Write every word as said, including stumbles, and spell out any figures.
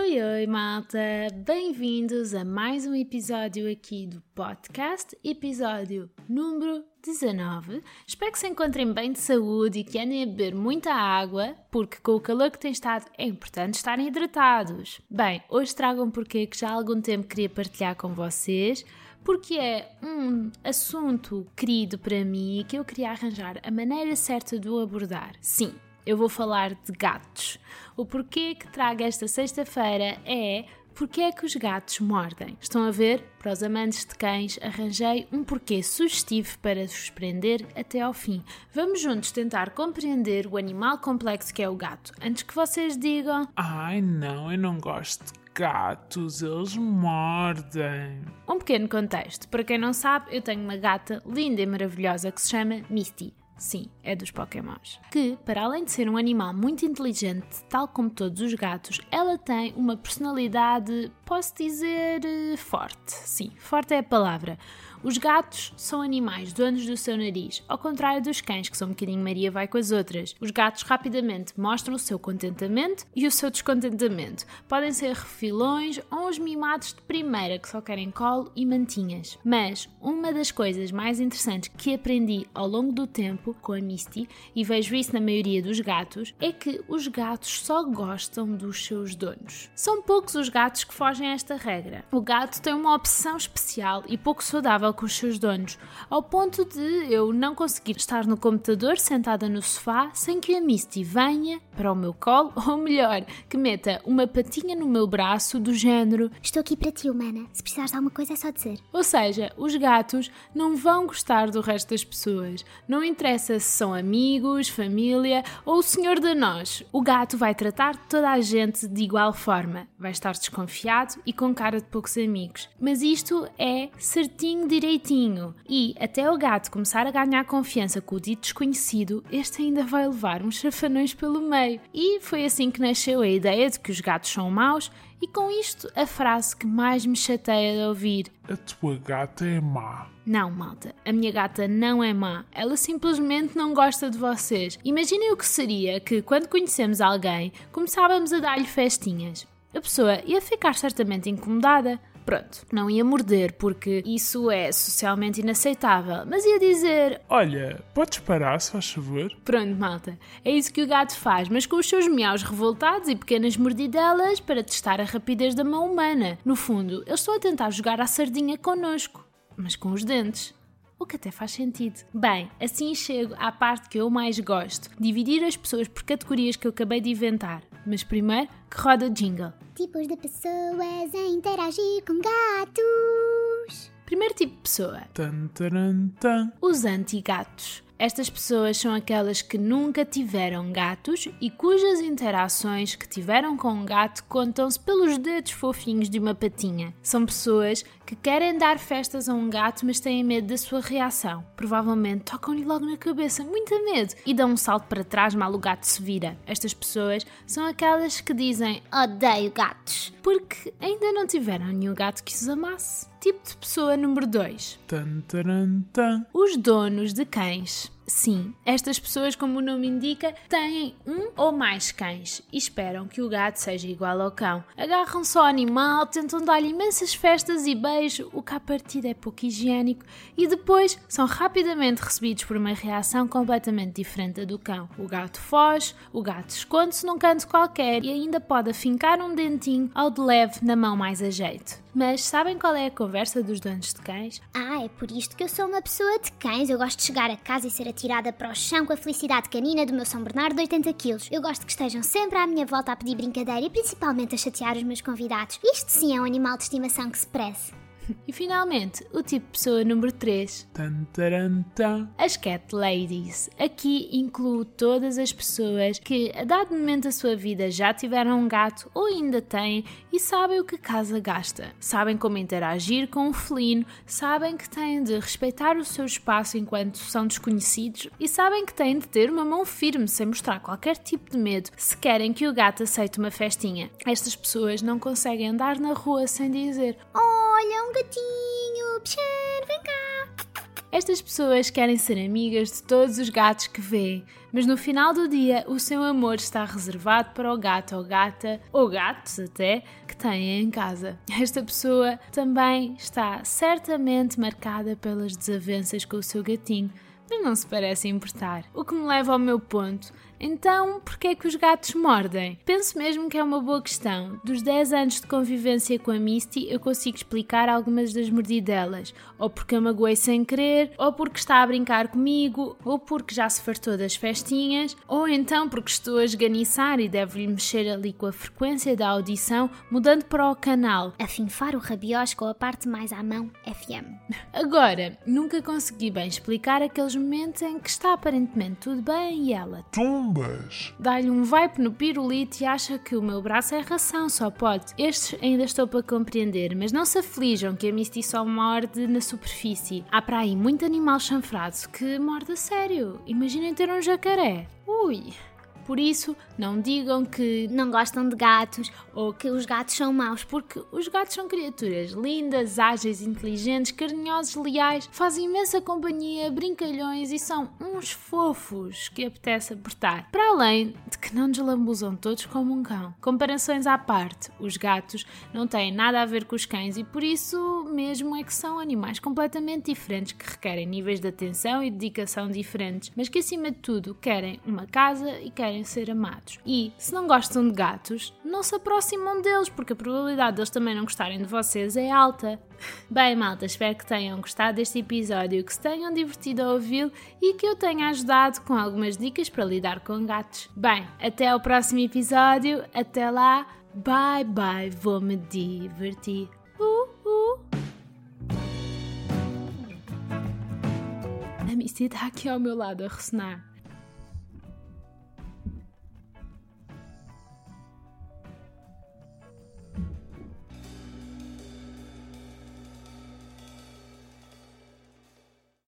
Oi, oi, malta! Bem-vindos a mais um episódio aqui do podcast, episódio número dezanove. Espero que se encontrem bem de saúde e que andem a beber muita água, porque com o calor que tem estado é importante estarem hidratados. Bem, hoje trago um porquê que já há algum tempo queria partilhar com vocês, porque é um assunto querido para mim e que eu queria arranjar a maneira certa de o abordar. Sim, eu vou falar de gatos. O porquê que trago esta sexta-feira é porque é que os gatos mordem. Estão a ver? Para os amantes de cães, arranjei um porquê sugestivo para vos prender até ao fim. Vamos juntos tentar compreender o animal complexo que é o gato, antes que vocês digam: ai não, eu não gosto de gatos, eles mordem. Um pequeno contexto. Para quem não sabe, eu tenho uma gata linda e maravilhosa que se chama Misty. Sim, é dos Pokémons. Que, para além de ser um animal muito inteligente, tal como todos os gatos, ela tem uma personalidade, posso dizer, forte. Sim, forte é a palavra. Os gatos são animais donos do seu nariz, ao contrário dos cães, que são um bocadinho Maria vai com as outras. Os gatos rapidamente mostram o seu contentamento e o seu descontentamento. Podem ser refilões ou uns mimados de primeira, que só querem colo e mantinhas. Mas uma das coisas mais interessantes que aprendi ao longo do tempo com a Misty, e vejo isso na maioria dos gatos, é que os gatos só gostam dos seus donos. São poucos os gatos que fogem a esta regra. O gato tem uma obsessão especial e pouco saudável com os seus donos, ao ponto de eu não conseguir estar no computador sentada no sofá sem que a Misty venha para o meu colo, ou melhor, que meta uma patinha no meu braço do género: estou aqui para ti, humana, se precisares de alguma coisa é só dizer. Ou seja, os gatos não vão gostar do resto das pessoas, não interessa se são amigos, família ou o senhor de nós. O gato vai tratar toda a gente de igual forma, vai estar desconfiado e com cara de poucos amigos, mas isto é certinho direitinho, e até o gato começar a ganhar confiança com o dito desconhecido, este ainda vai levar uns chafanões pelo meio. E foi assim que nasceu a ideia de que os gatos são maus, e com isto a frase que mais me chateia de ouvir: a tua gata é má. Não, malta, a minha gata não é má, ela simplesmente não gosta de vocês. Imaginem o que seria que, quando conhecemos alguém, começávamos a dar-lhe festinhas. A pessoa ia ficar certamente incomodada. Pronto, não ia morder, porque isso é socialmente inaceitável, mas ia dizer: olha, podes parar, se faz favor? Pronto, malta, é isso que o gato faz, mas com os seus miaus revoltados e pequenas mordidelas para testar a rapidez da mão humana. No fundo, eles estão a tentar jogar à sardinha connosco, mas com os dentes. O que até faz sentido. Bem, assim chego à parte que eu mais gosto: dividir as pessoas por categorias que eu acabei de inventar. Mas primeiro, que roda o jingle. Tipos de pessoas a interagir com gatos. Primeiro tipo de pessoa: tan, taran, tan. Os anti-gatos. Estas pessoas são aquelas que nunca tiveram gatos e cujas interações que tiveram com um gato contam-se pelos dedos fofinhos de uma patinha. São pessoas que querem dar festas a um gato, mas têm medo da sua reação. Provavelmente tocam-lhe logo na cabeça, muito medo, e dão um salto para trás mal o gato se vira. Estas pessoas são aquelas que dizem: odeio gatos, porque ainda não tiveram nenhum gato que os amasse. Tipo de pessoa número dois: tan, taran, tan. Os donos de cães. Sim, estas pessoas, como o nome indica, têm um ou mais cães e esperam que o gato seja igual ao cão. Agarram-se ao animal, tentam dar-lhe imensas festas e beijos, o que à partida é pouco higiênico, e depois são rapidamente recebidos por uma reação completamente diferente da do cão. O gato foge, o gato esconde-se num canto qualquer e ainda pode afincar um dentinho ao de leve na mão mais a jeito. Mas sabem qual é a conversa dos donos de cães? Ah, é por isto que eu sou uma pessoa de cães. Eu gosto de chegar a casa e ser atirada para o chão com a felicidade canina do meu São Bernardo de oitenta quilos. Eu gosto que estejam sempre à minha volta a pedir brincadeira e principalmente a chatear os meus convidados. Isto sim é um animal de estimação que se preze. E finalmente, o tipo de pessoa número três. Tan, taran, tan. As cat ladies. Aqui incluo todas as pessoas que, a dado momento da sua vida, já tiveram um gato ou ainda têm e sabem o que casa gasta. Sabem como interagir com um felino, sabem que têm de respeitar o seu espaço enquanto são desconhecidos e sabem que têm de ter uma mão firme sem mostrar qualquer tipo de medo se querem que o gato aceite uma festinha. Estas pessoas não conseguem andar na rua sem dizer: olha, um gatinho, Pixar, vem cá. Estas pessoas querem ser amigas de todos os gatos que vêem, mas no final do dia o seu amor está reservado para o gato ou gata, ou gatos até, que têm em casa. Esta pessoa também está certamente marcada pelas desavenças com o seu gatinho, mas não se parece importar. O que me leva ao meu ponto. Então, porquê é que os gatos mordem? Penso mesmo que é uma boa questão. Dos dez anos de convivência com a Misty, eu consigo explicar algumas das mordidelas. Ou porque a magoei sem querer, ou porque está a brincar comigo, ou porque já se fartou das festinhas, ou então porque estou a esganiçar e devo-lhe mexer ali com a frequência da audição, mudando para o canal. Afinfar o rabiós com a parte mais à mão, F M. Agora, nunca consegui bem explicar aqueles momentos em que está aparentemente tudo bem e ela Tumbas! dá-lhe um vape no pirulito e acha que o meu braço é ração, só pode. Estes ainda estou para compreender, mas não se aflijam que a Misty só morde na superfície. Há para aí muito animal chanfrado que morde a sério. Imaginem ter um jacaré. Ui! Por isso, não digam que Não gostam de gatos. ou que os gatos são maus, porque os gatos são criaturas lindas, ágeis, inteligentes, carinhosos, leais, fazem imensa companhia, brincalhões e são uns fofos que apetece apertar. Para além de que não nos lambuzam todos como um cão. Comparações à parte, os gatos não têm nada a ver com os cães e por isso mesmo é que são animais completamente diferentes que requerem níveis de atenção e dedicação diferentes, mas que acima de tudo querem uma casa e querem ser amados. E, se não gostam de gatos, não se aproximam deles, porque a probabilidade deles também não gostarem de vocês é alta. Bem, malta, espero que tenham gostado deste episódio, que se tenham divertido a ouvi-lo e que eu tenha ajudado com algumas dicas para lidar com gatos. Bem, até ao próximo episódio. Até lá. Bye, bye. Vou-me divertir. Uh, uh. A Misty está aqui ao meu lado a ressonar.